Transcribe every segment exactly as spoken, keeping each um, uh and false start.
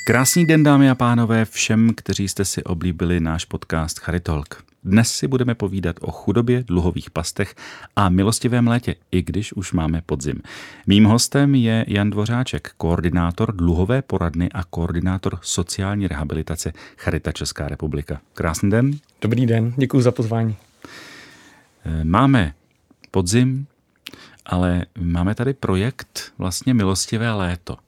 Krásný den, dámy a pánové, všem, kteří jste si oblíbili náš podcast Charitalk. Dnes si budeme povídat o chudobě, dluhových pastech a milostivém létě, i když už máme podzim. Mým hostem je Jan Dvořáček, koordinátor dluhové poradny a koordinátor sociální rehabilitace Charita Česká republika. Krásný den. Dobrý den, děkuji za pozvání. Máme podzim, ale máme tady projekt vlastně Milostivé léto.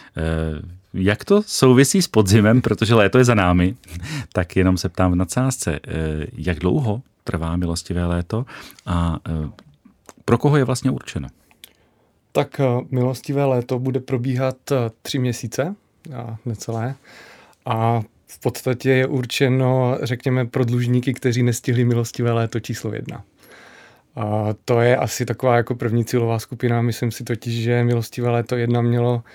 Jak to souvisí s podzimem, protože léto je za námi, tak jenom se ptám v nadsázce, jak dlouho trvá Milostivé léto a pro koho je vlastně určeno? Tak Milostivé léto bude probíhat tři měsíce, a necelé, a v podstatě je určeno, řekněme, pro dlužníky, kteří nestihli Milostivé léto číslo jedna. A to je asi taková jako první cílová skupina, myslím si totiž, že Milostivé léto jedna mělo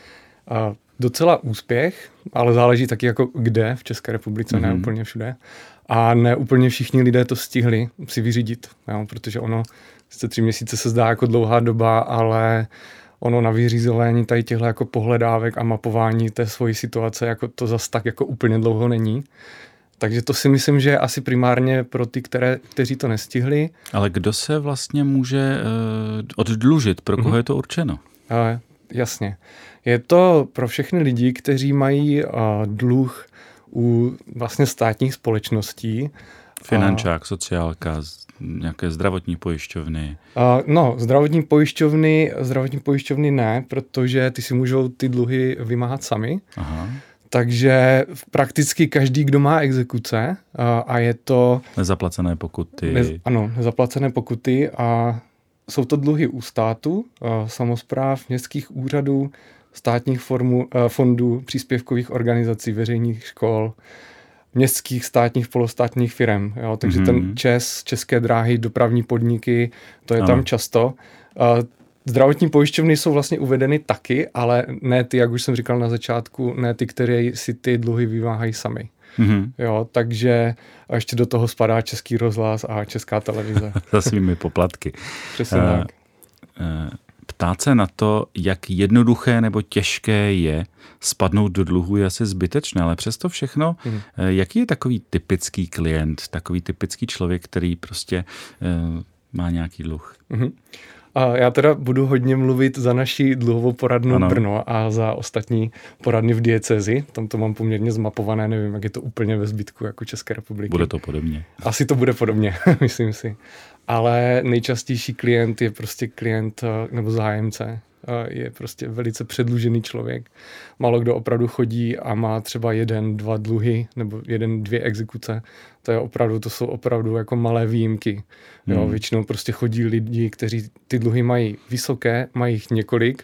docela úspěch, ale záleží taky jako kde v České republice, mm-hmm. ne úplně všude. A ne úplně všichni lidé to stihli si vyřídit, jo, protože ono, sice tři měsíce se zdá jako dlouhá doba, ale ono na vyřízování tady těchto jako pohledávek a mapování té svojí situace, jako to zas tak jako úplně dlouho není. Takže to si myslím, že je asi primárně pro ty, které, kteří to nestihli. Ale kdo se vlastně může uh, oddlužit? Pro koho mm-hmm. je to určeno? Ale jasně. Je to pro všechny lidi, kteří mají uh, dluh u vlastně státních společností. Finančák, sociálka, nějaké zdravotní pojišťovny. Uh, no, zdravotní pojišťovny, zdravotní pojišťovny ne, protože ty si můžou ty dluhy vymáhat sami. Aha. Takže prakticky každý, kdo má exekuce uh, a je to... Nezaplacené pokuty. Nez, ano, nezaplacené pokuty a jsou to dluhy u státu, uh, samospráv, městských úřadů, státních formu, uh, fondů, příspěvkových organizací, veřejných škol, městských, státních, polostátních firem. Jo? Takže mm-hmm. ten ČES, České dráhy, dopravní podniky, to je ano. tam často. Uh, Zdravotní pojišťovny jsou vlastně uvedeny taky, ale ne ty, jak už jsem říkal na začátku, ne ty, které si ty dluhy vymáhají sami. Mm-hmm. Jo, takže a ještě do toho spadá Český rozhlas a Česká televize. Za svými poplatky. Přesně uh, tak. Uh, ptát se na to, jak jednoduché nebo těžké je spadnout do dluhu, je asi zbytečné, ale přesto všechno, mm. uh, jaký je takový typický klient, takový typický člověk, který prostě uh, má nějaký dluh? Mm-hmm. A já teda budu hodně mluvit za naši dluhovou poradnu ano. Brno a za ostatní poradny v diecézi. Tam to mám poměrně zmapované, nevím, jak je to úplně ve zbytku jako České republiky. Bude to podobně. Asi to bude podobně, myslím si. Ale nejčastější klient je prostě klient nebo zájemce. Je prostě velice předlužený člověk. Málo kdo opravdu chodí a má třeba jeden, dva dluhy nebo jeden, dvě exekuce. To je opravdu, to jsou opravdu jako malé výjimky. Jo, hmm. Většinou prostě chodí lidi, kteří ty dluhy mají vysoké, mají jich několik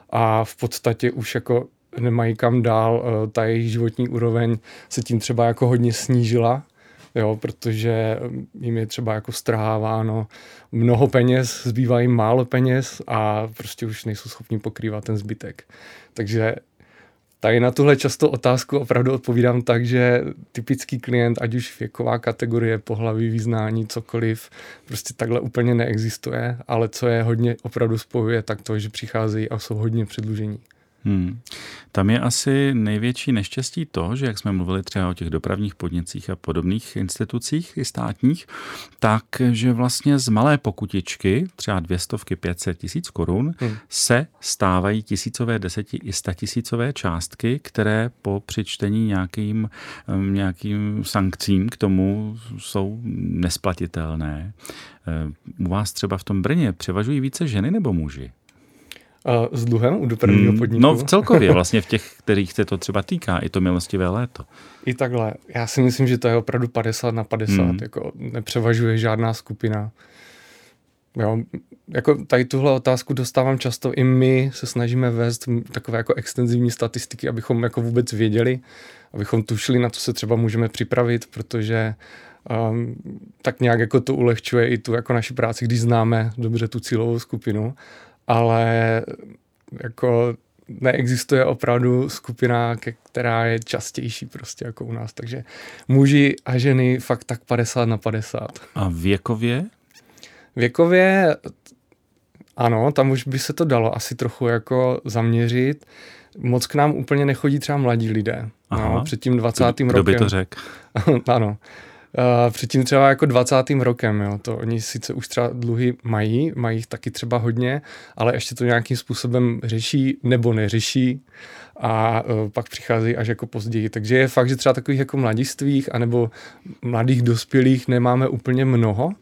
a v podstatě už jako nemají kam dál. Ta jejich životní úroveň se tím třeba jako hodně snížila. Jo, protože jim je třeba jako strháváno mnoho peněz, zbývá jim málo peněz a prostě už nejsou schopni pokrývat ten zbytek. Takže tady na tuhle často otázku opravdu odpovídám tak, že typický klient, ať už věková kategorie, pohlaví, vyznání, cokoliv, prostě takhle úplně neexistuje, ale co je hodně opravdu spojuje, tak to, že přicházejí a jsou hodně předlužení. Hmm. Tam je asi největší neštěstí to, že jak jsme mluvili třeba o těch dopravních podnicích a podobných institucích i státních, tak, že vlastně z malé pokutičky, třeba dvě stovky, pět set tisíc korun, hmm. se stávají tisícové, deseti i statisícové částky, které po přičtení nějakým, nějakým sankcím k tomu jsou nesplatitelné. U vás třeba v tom Brně převažují více ženy nebo muži? S dluhem u dopravního podniku? No v celkově, vlastně v těch, kterých se to třeba týká, i to milostivé léto. I takhle. Já si myslím, že to je opravdu padesát na padesát. Hmm. Jako nepřevažuje žádná skupina. Jo, jako tady tuhle otázku dostávám často. I my se snažíme vést takové jako extenzivní statistiky, abychom jako vůbec věděli, abychom tušili, na co se třeba můžeme připravit, protože um, tak nějak jako to ulehčuje i tu jako naši práci, když známe dobře tu cílovou skupinu. Ale jako neexistuje opravdu skupina, která je častější prostě jako u nás. Takže muži a ženy fakt tak padesát na padesát. A věkově? Věkově Ano, tam už by se to dalo asi trochu jako zaměřit. Moc k nám úplně nechodí třeba mladí lidé. No, před tím dvacátým rokem. Kdo by to řekl? Ano. Uh, před tím třeba jako dvacátým rokem, jo, to oni sice už třeba dluhy mají, mají jich taky třeba hodně, ale ještě to nějakým způsobem řeší nebo neřeší a uh, pak přicházejí až jako později. Takže je fakt, že třeba takových jako mladistvých anebo mladých dospělých nemáme úplně mnoho. Uh,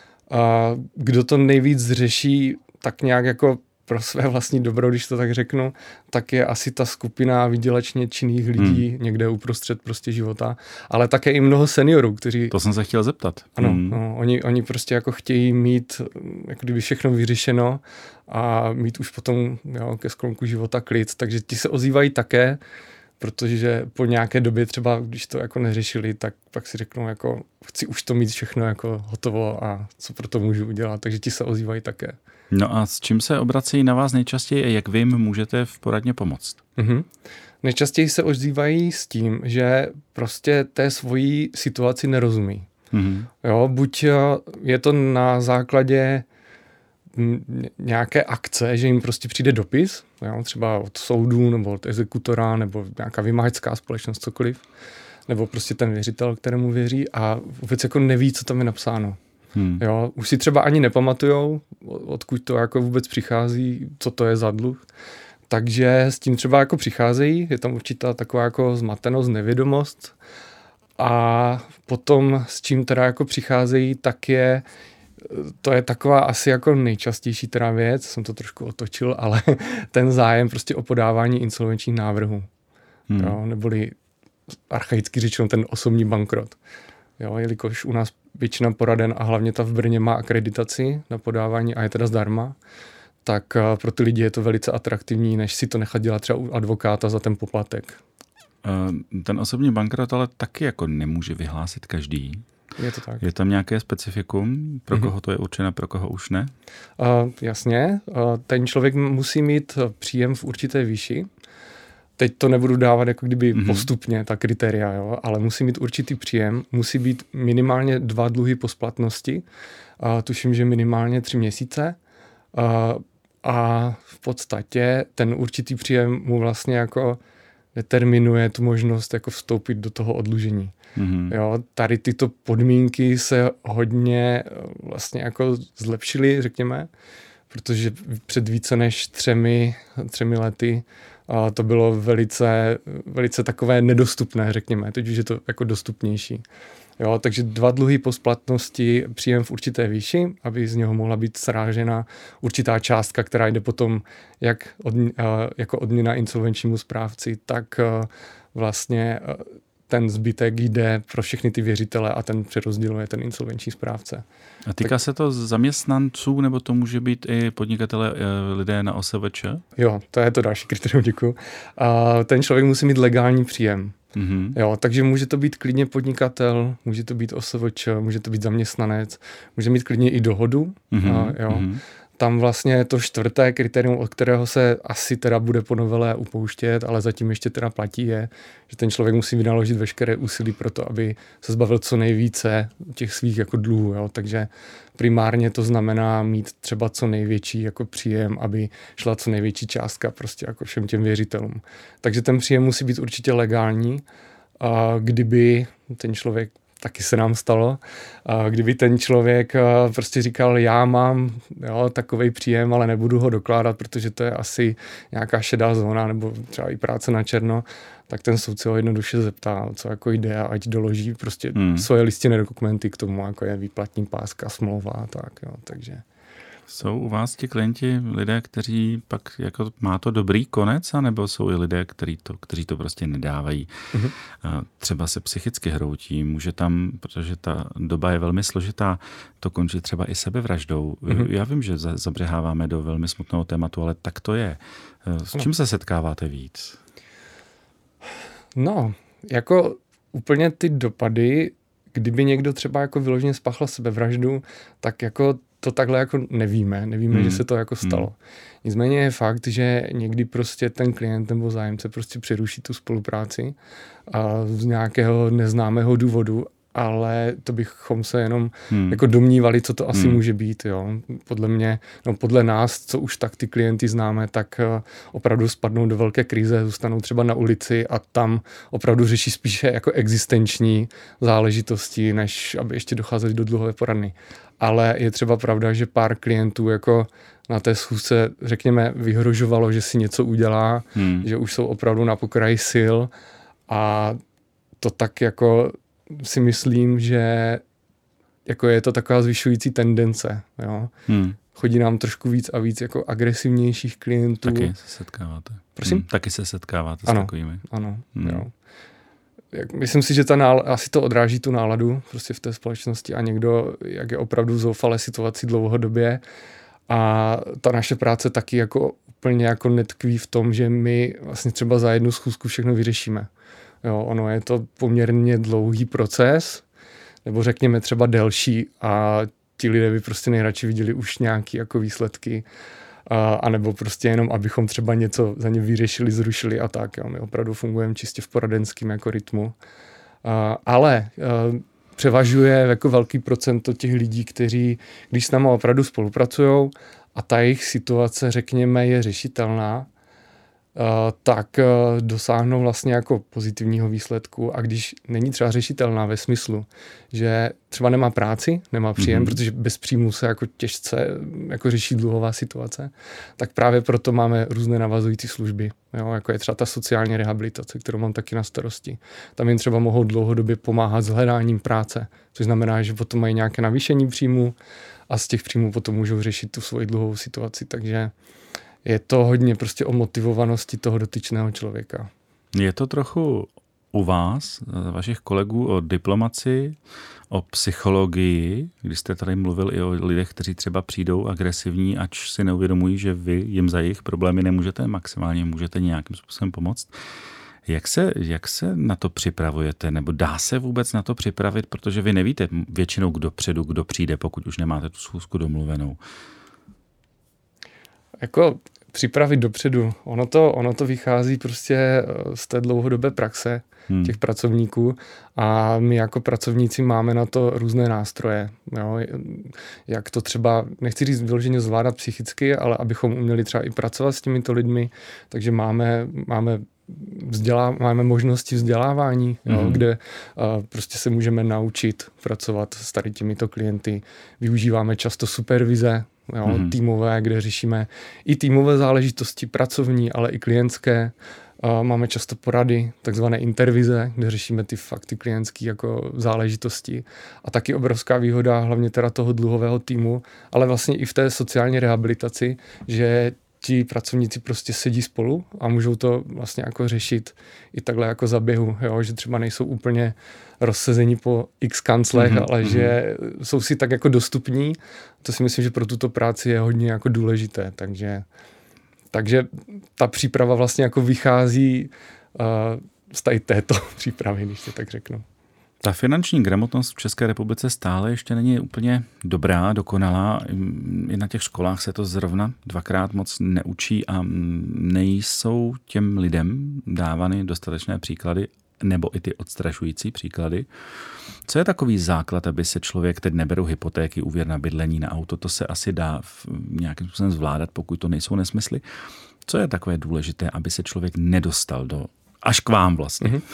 kdo to nejvíc řeší tak nějak jako pro své vlastní dobro, když to tak řeknu, tak je asi ta skupina výdělečně činných lidí hmm. někde uprostřed prostě života, ale také i mnoho seniorů, kteří... To jsem se chtěl zeptat. Ano, hmm. no, oni, oni prostě jako chtějí mít jako kdyby všechno vyřešeno a mít už potom jo, ke sklonku života klid, takže ti se ozývají také, protože po nějaké době třeba, když to jako neřešili, tak pak si řeknou jako chci už to mít všechno jako hotovo a co pro to můžu udělat, takže ti se ozývají také. No a s čím se obrací na vás nejčastěji a jak vy jim můžete v poradně pomoct? Mm-hmm. Nejčastěji se ozývají s tím, že prostě té svojí situaci nerozumí. Mm-hmm. Jo, buď je to na základě nějaké akce, že jim prostě přijde dopis, jo, třeba od soudu nebo od exekutora nebo nějaká vymahačská společnost, cokoliv, nebo prostě ten věřitel, kterému věří a vůbec jako neví, co tam je napsáno. Hmm. Jo, už si třeba ani nepamatujou, odkud to jako vůbec přichází, co to je za dluh. Takže s tím třeba jako přicházejí, je tam určitá taková jako zmatenost, nevědomost. A potom s čím teda jako přicházejí, tak je, to je taková asi jako nejčastější teda věc, jsem to trošku otočil, ale ten zájem prostě o podávání insolvenčních návrhů. Hmm. Jo, neboli archaicky řečeno ten osobní bankrot. Jo, jelikož u nás většina poraden a hlavně ta v Brně má akreditaci na podávání a je teda zdarma, tak pro ty lidi je to velice atraktivní, než si to nechat dělat třeba u advokáta za ten poplatek. Ten osobní bankrot ale taky jako nemůže vyhlásit každý. Je to tak. Je tam nějaké specifikum, pro mm-hmm. koho to je určeno, pro koho už ne? Uh, jasně, uh, ten člověk musí mít příjem v určité výši. Teď to nebudu dávat jako kdyby mm-hmm. postupně, ta kritéria, jo, ale musí mít určitý příjem, musí být minimálně dva dluhy po splatnosti, a tuším, že minimálně tři měsíce a, a v podstatě ten určitý příjem mu vlastně jako determinuje tu možnost jako vstoupit do toho oddlužení. Mm-hmm. Jo, tady tyto podmínky se hodně vlastně jako zlepšily, řekněme, protože před více než třemi, třemi lety a to bylo velice, velice takové nedostupné, řekněme. Teď už je to jako dostupnější. Jo, takže dva dluhy po splatnosti, příjem v určité výši, aby z něho mohla být srážena určitá částka, která jde potom jak od, jako odměna insolvenčnímu správci, tak vlastně ten zbytek jde pro všechny ty věřitele a ten přerozděluje ten insolvenční správce. A týká tak, se to zaměstnanců, nebo to může být i podnikatele, lidé na O S V Č? Jo, to je to další kritérium, děkuji. A ten člověk musí mít legální příjem. Mm-hmm. Jo, takže může to být klidně podnikatel, může to být O S V Č, může to být zaměstnanec, může mít klidně i dohodu. Mm-hmm. A, jo. Mm-hmm. Tam vlastně to čtvrté kritérium, od kterého se asi teda bude po novele upouštět, ale zatím ještě teda platí, je, že ten člověk musí vynaložit veškeré úsilí pro to, aby se zbavil co nejvíce těch svých jako dluhů. Jo. Takže primárně to znamená mít třeba co největší jako příjem, aby šla co největší částka prostě jako všem těm věřitelům. Takže ten příjem musí být určitě legální. A kdyby ten člověk, taky se nám stalo, a kdyby ten člověk prostě říkal, já mám jo, takovej příjem, ale nebudu ho dokládat, protože to je asi nějaká šedá zóna nebo třeba i práce na černo, tak ten soud se ho jednoduše zeptá, co jako jde a ať doloží prostě hmm. svoje listinné dokumenty k tomu, jako je výplatní páska, smlouva a tak. Jo, takže... Jsou u vás ti klienti lidé, kteří pak jako má to dobrý konec, anebo jsou i lidé, kteří to, kteří to prostě nedávají? Mm-hmm. Třeba se psychicky hroutí, může tam, protože ta doba je velmi složitá, to končí třeba i sebevraždou. Mm-hmm. Já vím, že zabřeháváme do velmi smutného tématu, ale tak to je. S čím no. se setkáváte víc? No, jako úplně ty dopady, kdyby někdo třeba jako vyloženě spáchal sebevraždu, tak jako to takhle jako nevíme, nevíme, hmm. že se to jako stalo. Hmm. Nicméně je fakt, že někdy prostě ten klient nebo zájemce prostě přeruší tu spolupráci a z nějakého neznámého důvodu ale to bychom se jenom hmm. jako domnívali, co to asi hmm. může být. Jo. Podle mě, no podle nás, co už tak ty klienty známe, tak opravdu spadnou do velké krize, zůstanou třeba na ulici a tam opravdu řeší spíše jako existenční záležitosti, než aby ještě docházeli do dluhové poradny. Ale je třeba pravda, že pár klientů jako na té schůzce, řekněme, vyhrožovalo, že si něco udělá, hmm. že už jsou opravdu na pokraji sil a to tak jako si myslím, že jako je to taková zvyšující tendence. Jo? Hmm. Chodí nám trošku víc a víc jako agresivnějších klientů. Taky se setkáváte. Prosím? Hmm. Taky se setkáváte ano, s takovými. Ano, hmm. jo. Myslím si, že ta nála- asi to odráží tu náladu prostě v té společnosti a někdo, jak je opravdu v zoufalé situaci dlouhodobě a ta naše práce taky jako úplně jako netkví v tom, že my vlastně třeba za jednu schůzku všechno vyřešíme. Jo, ono je to poměrně dlouhý proces, nebo řekněme třeba delší a ti lidé by prostě nejradši viděli už nějaké jako výsledky, a, anebo prostě jenom, abychom třeba něco za ně vyřešili, zrušili a tak. Jo. My opravdu fungujeme čistě v poradenském jako rytmu. A, ale a, převažuje jako velký procento těch lidí, kteří, když s námi opravdu spolupracují a ta jejich situace, řekněme, je řešitelná, Uh, tak uh, dosáhnou vlastně jako pozitivního výsledku a když není třeba řešitelná ve smyslu, že třeba nemá práci, nemá příjem, mm-hmm. protože bez příjmu se jako těžce jako řeší dluhová situace, tak právě proto máme různé navazující služby, jo, jako je třeba ta sociální rehabilitace, kterou mám taky na starosti. Tam jim třeba mohou dlouhodobě pomáhat s hledáním práce, což znamená, že potom mají nějaké navýšení příjmu a z těch příjmů potom můžou řešit tu svoji dluhovou situaci, takže je to hodně prostě o motivovanosti toho dotyčného člověka. Je to trochu u vás, vašich kolegů, o diplomaci, o psychologii, když jste tady mluvil i o lidech, kteří třeba přijdou agresivní, ač si neuvědomují, že vy jim za jejich problémy nemůžete maximálně, můžete nějakým způsobem pomoct. Jak se, jak se na to připravujete? Nebo dá se vůbec na to připravit, protože vy nevíte většinou kdo předu, kdo přijde, pokud už nemáte tu schůzku domluvenou. Jako připravit dopředu. Ono to, ono to vychází prostě z té dlouhodobé praxe hmm. těch pracovníků a my jako pracovníci máme na to různé nástroje. Jo? Jak to třeba, nechci říct vyloženě zvládat psychicky, ale abychom uměli třeba i pracovat s těmito lidmi, takže máme, máme Vzdělá, máme možnosti vzdělávání, jo, mm. kde uh, prostě se můžeme naučit pracovat s tady těmito klienty. Využíváme často supervize, jo, mm. týmové, kde řešíme i týmové záležitosti, pracovní, ale i klientské. Uh, máme často porady, takzvané intervize, kde řešíme ty fakty klientské jako záležitosti. A taky obrovská výhoda hlavně teda toho dluhového týmu, ale vlastně i v té sociální rehabilitaci, že ti pracovníci prostě sedí spolu a můžou to vlastně jako řešit i takhle jako za běhu, jo? Že třeba nejsou úplně rozsezení po x kanclech, mm-hmm, ale mm-hmm. že jsou si tak jako dostupní. To si myslím, že pro tuto práci je hodně jako důležité, takže, takže ta příprava vlastně jako vychází uh, z tady této přípravy, když to tak řeknu. Ta finanční gramotnost v České republice stále ještě není úplně dobrá, dokonalá. I na těch školách se to zrovna dvakrát moc neučí a nejsou těm lidem dávány dostatečné příklady nebo i ty odstrašující příklady. Co je takový základ, aby se člověk, teď neberou hypotéky, úvěr na bydlení, na auto, to se asi dá nějakým způsobem zvládat, pokud to nejsou nesmysly. Co je takové důležité, aby se člověk nedostal do až k vám vlastně? Mm-hmm.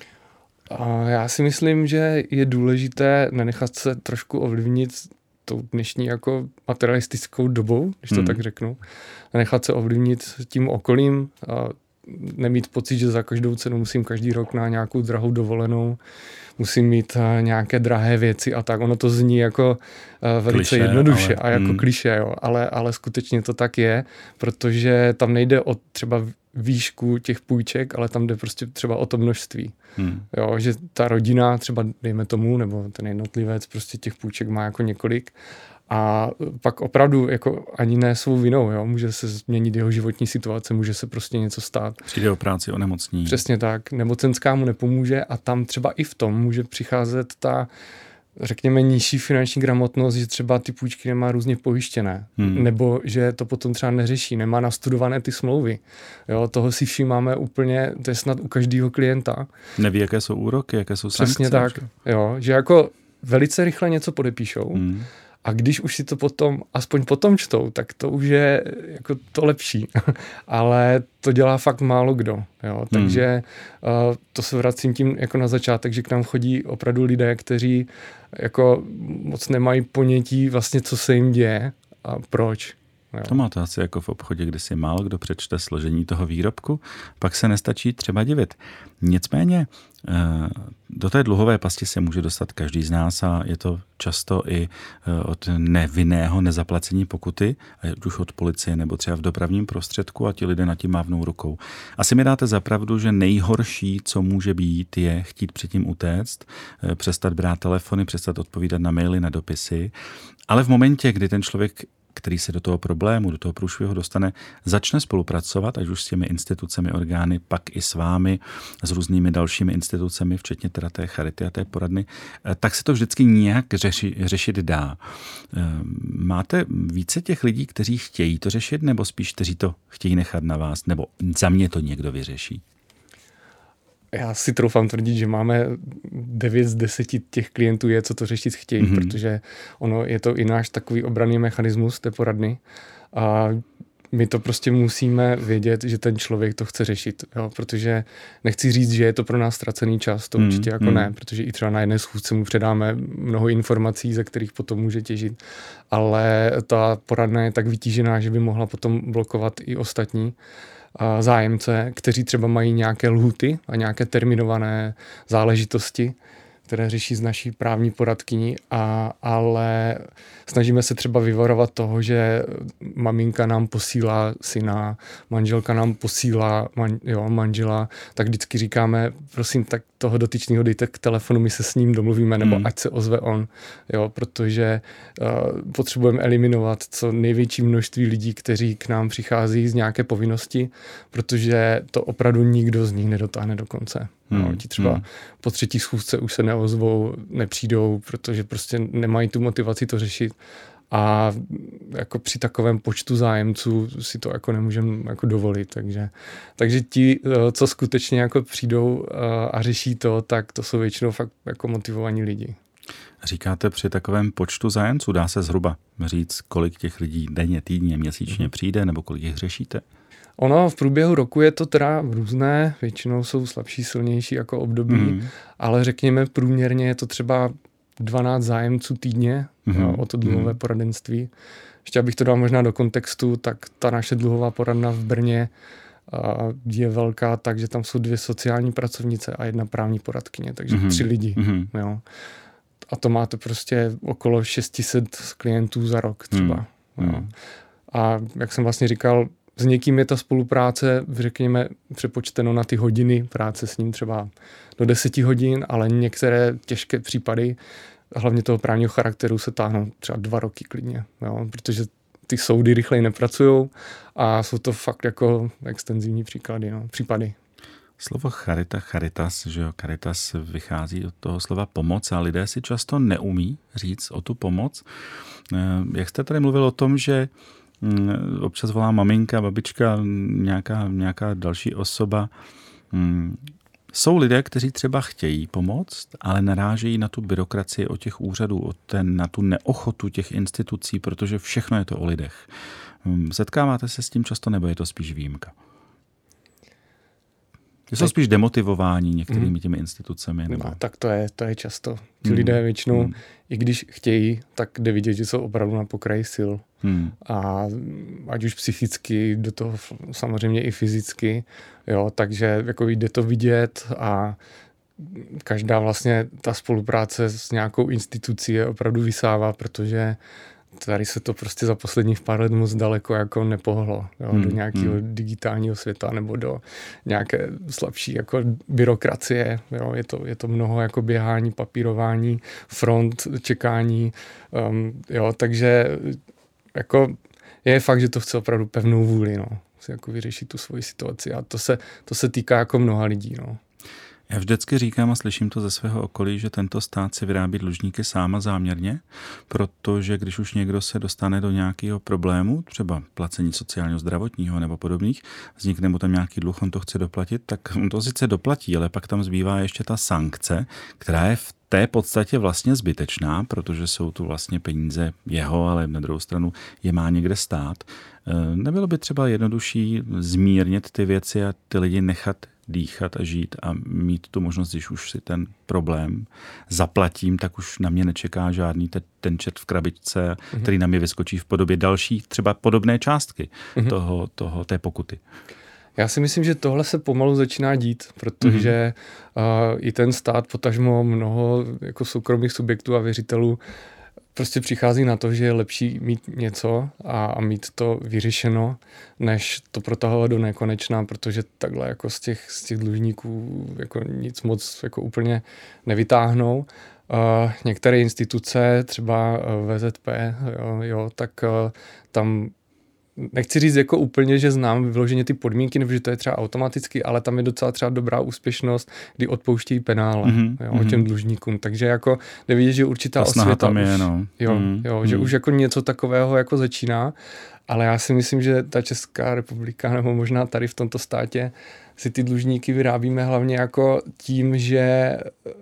A já si myslím, že je důležité nenechat se trošku ovlivnit tou dnešní jako materialistickou dobou, když to hmm. tak řeknu. Nenechat se ovlivnit tím okolím a nemít pocit, že za každou cenu musím každý rok na nějakou drahou dovolenou, musím mít nějaké drahé věci a tak. Ono to zní jako velice kliše, jednoduše ale, a jako hmm. kliše, jo. Ale, ale skutečně to tak je, protože tam nejde o třeba výšku těch půjček, ale tam jde prostě třeba o to množství. Hmm. Jo, že ta rodina třeba, dejme tomu, nebo ten jednotlivec prostě těch půjček má jako několik a pak opravdu jako ani ne svou vinou, jo, může se změnit jeho životní situace, může se prostě něco stát. Přijde o práci, o nemocní. Přesně tak, nemocenská mu nepomůže a tam třeba i v tom může přicházet ta řekněme, nižší finanční gramotnost, že třeba ty půjčky nemá různě pojištěné, hmm. nebo že to potom třeba neřeší, nemá nastudované ty smlouvy. Jo, toho si všímáme úplně, to je snad u každého klienta. Neví, jaké jsou úroky, jaké jsou sankce. Přesně tak, jo, že jako velice rychle něco podepíšou, hmm. a když už si to potom, aspoň potom čtou, tak to už je jako to lepší. Ale to dělá fakt málo kdo. Jo? Takže hmm. uh, to se vracím tím jako na začátek, že k nám chodí opravdu lidé, kteří jako moc nemají ponětí vlastně, co se jim děje a proč. Jo. To máte asi jako v obchodě, kdy si málo kdo přečte složení toho výrobku, pak se nestačí třeba divit. Nicméně do té dluhové pasti se může dostat každý z nás a je to často i od nevinného nezaplacení pokuty, ať už od policie nebo třeba v dopravním prostředku, a ti lidé nad tím mávnou rukou. Asi mi dáte za pravdu, že nejhorší, co může být, je chtít předtím utéct, přestat brát telefony, přestat odpovídat na maily, na dopisy, ale v momentě, kdy ten člověk, který se do toho problému, do toho průšvihu dostane, začne spolupracovat, ať už s těmi institucemi, orgány, pak i s vámi, s různými dalšími institucemi, včetně teda té charity a té poradny, tak se to vždycky nějak řeši, řešit dá. Máte více těch lidí, kteří chtějí to řešit, nebo spíš, kteří to chtějí nechat na vás, nebo za mě to někdo vyřeší? Já si troufám tvrdit, že máme devět z deseti těch klientů je, co to řešit chtějí, mm-hmm. protože ono je to i náš takový obranný mechanismus té poradny a my to prostě musíme vědět, že ten člověk to chce řešit, jo? Protože nechci říct, že je to pro nás ztracený čas, to mm, určitě jako mm. ne, protože i třeba na jedné schůzce mu předáme mnoho informací, ze kterých potom může těžit, ale ta poradna je tak vytížená, že by mohla potom blokovat i ostatní zájemce, kteří třeba mají nějaké lhuty a nějaké terminované záležitosti, které řeší s naší právní poradkyní, a, ale snažíme se třeba vyvarovat toho, že maminka nám posílá syna, manželka nám posílá man, jo, manžela, tak vždycky říkáme, prosím, tak toho dotyčného dejte k telefonu, my se s ním domluvíme, nebo hmm. ať se ozve on, jo, protože uh, potřebujeme eliminovat co největší množství lidí, kteří k nám přichází z nějaké povinnosti, protože to opravdu nikdo z nich nedotáhne do konce. Hmm. No, ti třeba hmm. po třetí schůzce už se neozvou, nepřijdou, protože prostě nemají tu motivaci to řešit. A jako při takovém počtu zájemců si to jako nemůžeme jako dovolit. Takže, takže ti, co skutečně jako přijdou a řeší to, tak to jsou většinou fakt jako motivovaní lidi. Říkáte při takovém počtu zájemců, dá se zhruba říct, kolik těch lidí denně, týdně, měsíčně hmm. přijde, nebo kolik jich řešíte? Ono v průběhu roku je to teda různé, většinou jsou slabší, silnější jako období, mm. ale řekněme průměrně je to třeba dvanáct zájemců týdně mm. jo, o to dluhové mm. poradenství. Ještě abych to dal možná do kontextu, tak ta naše dluhová poradna v Brně uh, je velká, takže tam jsou dvě sociální pracovnice a jedna právní poradkyně, takže mm. tři lidi. Mm. Jo. A to máte prostě okolo šest set klientů za rok třeba. Mm. Jo. A jak jsem vlastně říkal, s někým je ta spolupráce, řekněme, přepočteno na ty hodiny práce s ním třeba do deseti hodin, ale některé těžké případy, hlavně toho právního charakteru, se táhnou třeba dva roky klidně, jo? Protože ty soudy rychleji nepracujou a jsou to fakt jako extenzivní příklady, no, případy. Slovo charita, charitas, že jo, caritas vychází od toho slova pomoc a lidé si často neumí říct o tu pomoc. Jak jste tady mluvil o tom, že občas volá maminka, babička, nějaká, nějaká další osoba. Jsou lidé, kteří třeba chtějí pomoct, ale narážejí na tu byrokracii od těch úřadů, ten, na tu neochotu těch institucí, protože všechno je to o lidech. Setkáváte se s tím často, nebo je to spíš výjimka? Jsou spíš demotivováni některými těmi institucemi? Nebo... No, tak to je, to je často. Ti hmm. lidé většinou, hmm. i když chtějí, tak jde vidět, že jsou opravdu na pokraji sil. Hmm. A ať už psychicky, do toho samozřejmě i fyzicky. Jo, takže jako jde to vidět a každá vlastně ta spolupráce s nějakou institucí je opravdu vysává, protože tady se to prostě za posledních pár let moc daleko jako nepohlo, jo, hmm, do nějakého hmm. digitálního světa nebo do nějaké slabší jako byrokracie. Jo, je to, je to mnoho jako běhání, papírování, front, čekání. Um, jo, takže jako je fakt, že to chce opravdu pevnou vůli, no, si jako vyřešit tu svoji situaci a to se, to se týká jako mnoha lidí, no. Já vždycky říkám a slyším to ze svého okolí, že tento stát si vyrábí dlužníky sám a záměrně, protože když už někdo se dostane do nějakého problému, třeba placení sociálního, zdravotního nebo podobných, vznikne mu tam nějaký dluh, on to chce doplatit, tak on to sice doplatí, ale pak tam zbývá ještě ta sankce, která je v té podstatě vlastně zbytečná, protože jsou tu vlastně peníze jeho, ale na druhou stranu je má někde stát. Nebylo by třeba jednodušší zmírnit ty věci a ty lidi nechat dýchat a žít a mít tu možnost, když už si ten problém zaplatím, tak už na mě nečeká žádný ten čert v krabičce, mm-hmm. který na mě vyskočí v podobě další, třeba podobné částky mm-hmm. toho, toho, té pokuty. Já si myslím, že tohle se pomalu začíná dít, protože mm-hmm. uh, i ten stát, potažmo mnoho jako soukromých subjektů a věřitelů prostě přichází na to, že je lepší mít něco a, a mít to vyřešeno, než to protahovat do nekonečna, protože takhle jako z těch, z těch dlužníků jako nic moc jako úplně nevytáhnou. Uh, některé instituce, třeba V Z P, jo, jo, tak uh, tam nechci říct jako úplně, že znám vyloženě ty podmínky, nebo že to je třeba automaticky, ale tam je docela třeba dobrá úspěšnost, kdy odpouštějí penále mm-hmm, jo, mm-hmm. těm dlužníkům. Takže jako jde vidět, že určitá osvěta tam je, už, no. jo, mm, jo, mm. že už jako něco takového jako začíná, ale já si myslím, že ta Česká republika, nebo možná tady v tomto státě si ty dlužníky vyrábíme hlavně jako tím, že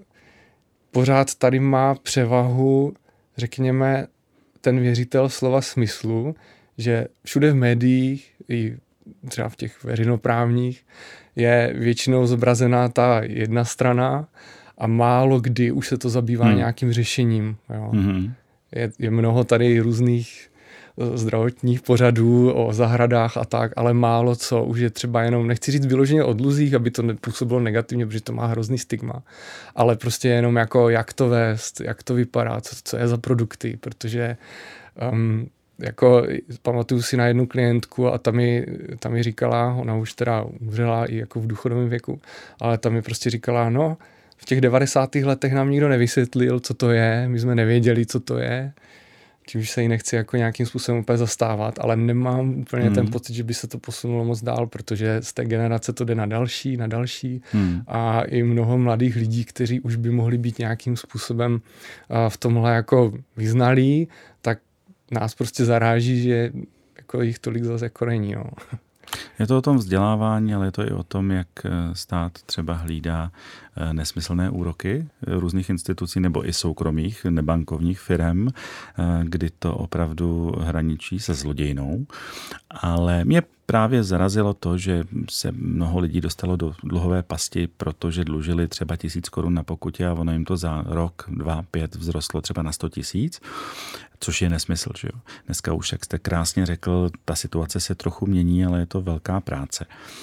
pořád tady má převahu, řekněme, ten věřitel slova smyslu, že všude v médiích, i třeba v těch veřejnoprávních, je většinou zobrazená ta jedna strana a málo kdy už se to zabývá hmm. nějakým řešením. Jo. Hmm. Je, je mnoho tady různých zdravotních pořadů o zahradách a tak, ale málo co, už je třeba jenom, nechci říct vyloženě o dluzích, aby to nepůsobilo negativně, protože to má hrozný stigma, ale prostě jenom jako jak to vést, jak to vypadá, co, co je za produkty, protože um, jako pamatuju si na jednu klientku a ta mi, ta mi říkala, ona už teda umřela i jako v důchodovém věku, ale ta mi prostě říkala, no v těch devadesátých letech nám nikdo nevysvětlil, co to je, my jsme nevěděli, co to je, čímž se jí nechci jako nějakým způsobem úplně zastávat, ale nemám úplně hmm. ten pocit, že by se to posunulo moc dál, protože z té generace to jde na další, na další hmm. a i mnoho mladých lidí, kteří už by mohli být nějakým způsobem v tomhle jako vyznalí, tak nás prostě zaráží, že jako jich tolik zase jako není. No. Je to o tom vzdělávání, ale je to i o tom, jak stát třeba hlídá nesmyslné úroky různých institucí nebo i soukromých nebankovních firem, kdy to opravdu hraničí se zlodějnou. Ale mě právě zarazilo to, že se mnoho lidí dostalo do dluhové pasti, protože dlužili třeba tisíc korun na pokutě a ono jim to za rok, dva, pět vzrostlo třeba na sto tisíc, což je nesmysl. Že jo? Dneska už, jak jste krásně řekl, ta situace se trochu mění, ale je to velká práce.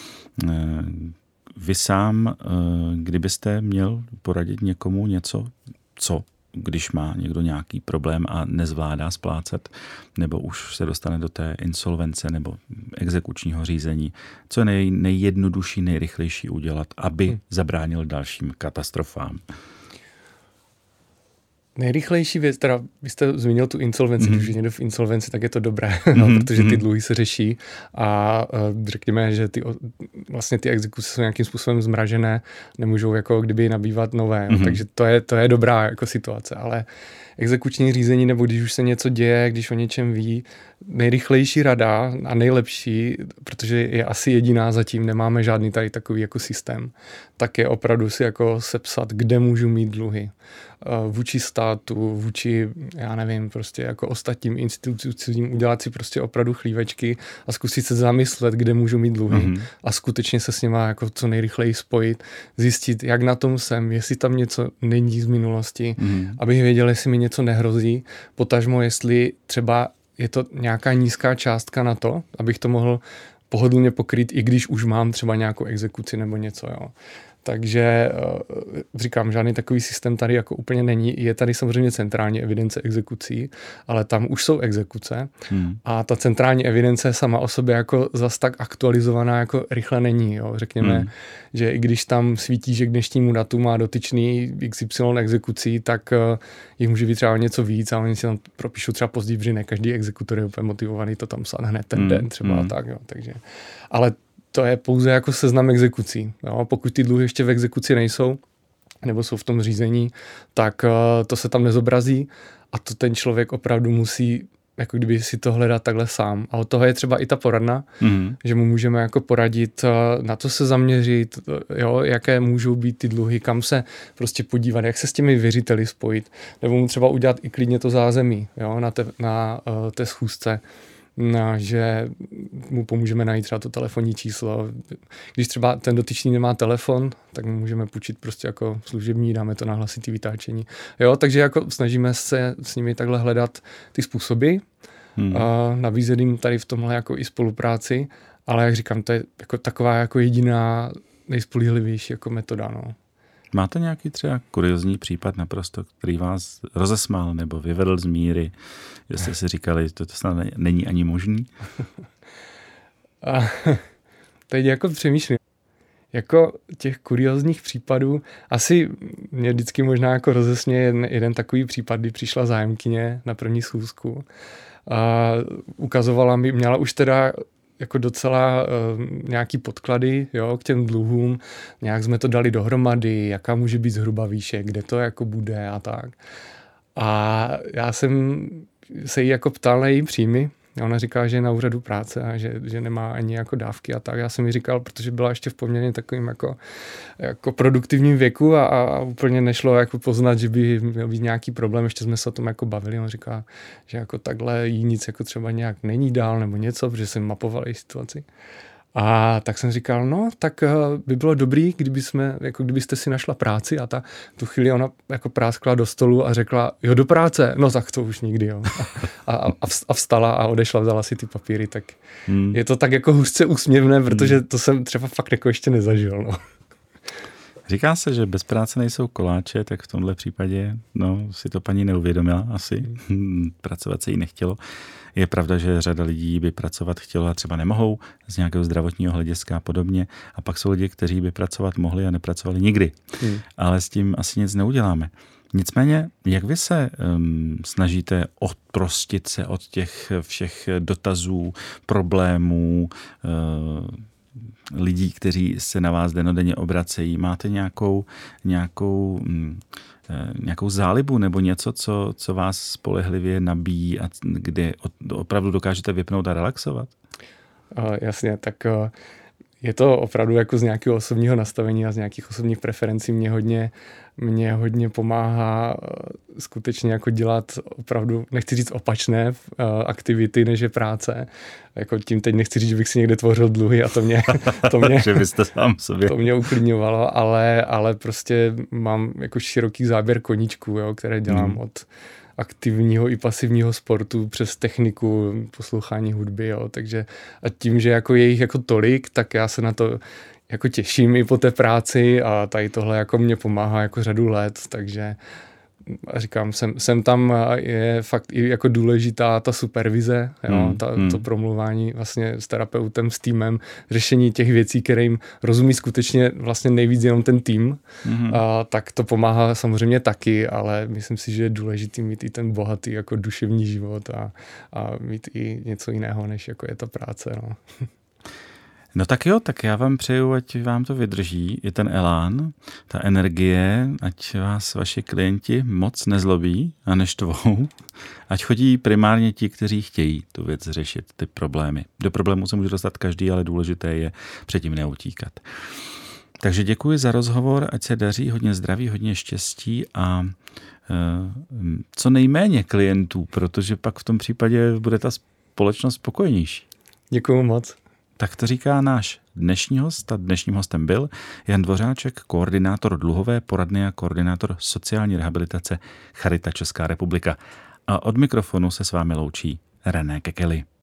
Vy sám, kdybyste měl poradit někomu něco, co když má někdo nějaký problém a nezvládá splácet, nebo už se dostane do té insolvence nebo exekučního řízení, co je nej, nejjednodušší, nejrychlejší udělat, aby hmm. zabránil dalším katastrofám? Nejrychlejší věc, teda vy jste zmínil tu insolvenci, mm. když je někdo v insolvenci, tak je to dobré, no, mm. protože ty dluhy se řeší a uh, řekněme, že ty, vlastně ty exekuce jsou nějakým způsobem zmražené, nemůžou jako kdyby nabývat nové, mm. takže to je, to je dobrá jako situace, ale exekuční řízení, nebo když už se něco děje, když o něčem ví, nejrychlejší rada a nejlepší, protože je asi jediná zatím, nemáme žádný tady takový jako systém, tak je opravdu si jako sepsat, kde můžu mít dluhy. Vůči státu, vůči, já nevím, prostě jako ostatním institucím udělat si prostě opravdu chlívečky a zkusit se zamyslet, kde můžu mít dluhy mm-hmm. a skutečně se s nima jako co nejrychleji spojit, zjistit, jak na tom jsem, jestli tam něco není z minulosti, mm-hmm. abych věděl, jestli mi něco nehrozí, potažmo, jestli třeba je to nějaká nízká částka na to, abych to mohl pohodlně pokrýt, i když už mám třeba nějakou exekuci nebo něco, jo. Takže říkám, žádný takový systém tady jako úplně není. Je tady samozřejmě centrální evidence exekucí, ale tam už jsou exekuce hmm. a ta centrální evidence sama o sobě jako zas tak aktualizovaná jako rychle není. Jo. Řekněme, hmm. že i když tam svítí, že k dnešnímu datu má dotyčný X Y exekucí, tak jich může být třeba něco víc a oni si tam propíšou třeba později, protože ne každý exekutor je úplně motivovaný to tam psát hned ten hmm. den třeba hmm. a tak. Jo. Takže, ale to je pouze jako seznam exekucí. Jo? Pokud ty dluhy ještě v exekuci nejsou, nebo jsou v tom řízení, tak uh, to se tam nezobrazí a to ten člověk opravdu musí jako kdyby si to hledat takhle sám. A od toho je třeba i ta poradna, mm. že mu můžeme jako poradit, na co se zaměřit, jo, jaké můžou být ty dluhy, kam se prostě podívat, jak se s těmi věřiteli spojit, nebo mu třeba udělat i klidně to zázemí, jo, na, te, na uh, té schůzce, na, že mu pomůžeme najít třeba to telefonní číslo. Když třeba ten dotyčný nemá telefon, tak mu můžeme půjčit prostě jako služební, dáme to na hlasitý vytáčení. Jo, takže jako snažíme se s nimi takhle hledat ty způsoby, hmm. a nabízet jim tady v tomhle jako i spolupráci, ale jak říkám, to je jako taková jako jediná nejspolehlivější jako metoda, no. Máte nějaký třeba kuriozní případ naprosto, který vás rozesmál nebo vyvedl z míry, že jste si říkali, že to snad není ani možný? A teď jako přemýšlím. Jako těch kuriozních případů, asi mě vždycky možná jako rozesměje jeden, jeden takový případ, kdy přišla zájemkyně na první schůzku a ukazovala mi, měla už teda jako docela uh, nějaký podklady, jo, k těm dluhům, nějak jsme to dali dohromady, jaká může být zhruba výše, kde to jako bude a tak. A já jsem se jí jako ptal na její příjmy, a ona říká, že je na úřadu práce a že, že nemá ani jako dávky a tak. Já jsem jí říkal, protože byla ještě v poměrně takovým jako, jako produktivním věku a, a úplně nešlo jako poznat, že by měl být nějaký problém. Ještě jsme se o tom jako bavili. On říká, že jako takhle jí nic jako třeba nějak není dál nebo něco, protože jsem mapoval její situaci. A tak jsem říkal, no, tak by bylo dobrý, kdyby jsme, jako kdybyste si našla práci a ta tu chvíli ona jako práskla do stolu a řekla, jo, do práce, no tak to už nikdy, jo. A, a, a vstala a odešla, vzala si ty papíry, tak hmm. je to tak jako hustě úsměvné, protože to jsem třeba fakt jako ještě nezažil, no. Říká se, že bez práce nejsou koláče, tak v tomhle případě, no, si to paní neuvědomila asi, hmm. pracovat se jí nechtělo. Je pravda, že řada lidí by pracovat chtělo a třeba nemohou z nějakého zdravotního hlediska a podobně. A pak jsou lidi, kteří by pracovat mohli a nepracovali nikdy. Hmm. Ale s tím asi nic neuděláme. Nicméně, jak vy se um, snažíte odprostit se od těch všech dotazů, problémů, uh, lidí, kteří se na vás dennodenně obracejí? Máte nějakou, nějakou, um, nějakou zálibu nebo něco, co, co vás spolehlivě nabíjí a kde opravdu dokážete vypnout a relaxovat? Uh, jasně, tak uh, je to opravdu jako z nějakého osobního nastavení a z nějakých osobních preferencí mě hodně, mě hodně pomáhá uh, skutečně jako dělat opravdu, nechci říct opačné uh, aktivity, než je práce. Jako tím teď nechci říct, že bych si někde tvořil dluhy a to mě, to mě, že byste sám sobě. To mě uklidňovalo, ale, ale prostě mám jako široký záběr koníčků, jo, které dělám hmm. od aktivního i pasivního sportu přes techniku, poslouchání hudby, jo, takže a tím, že jako je jich jako tolik, tak já se na to jako těším i po té práci a tady tohle jako mě pomáhá jako řadu let, takže a říkám, jsem, jsem tam je fakt i jako důležitá ta supervize, jo, hmm, ta, hmm. to promluvání vlastně s terapeutem, s týmem, řešení těch věcí, které jim rozumí skutečně vlastně nejvíc jenom ten tým, hmm. a tak to pomáhá samozřejmě taky, ale myslím si, že je důležitý mít i ten bohatý jako duševní život a, a mít i něco jiného, než jako je ta práce, no. No tak jo, tak já vám přeju, ať vám to vydrží, i ten elán, ta energie, ať vás vaši klienti moc nezlobí a neštvou, ať chodí primárně ti, kteří chtějí tu věc řešit, ty problémy. Do problémů se může dostat každý, ale důležité je předtím neutíkat. Takže děkuji za rozhovor, ať se daří, hodně zdraví, hodně štěstí a uh, co nejméně klientů, protože pak v tom případě bude ta společnost spokojenější. Děkuji moc. Tak to říká náš dnešní host a dnešním hostem byl Jan Dvořáček, koordinátor dluhové poradny a koordinátor sociální rehabilitace Charita Česká republika. A od mikrofonu se s vámi loučí René Kekeli.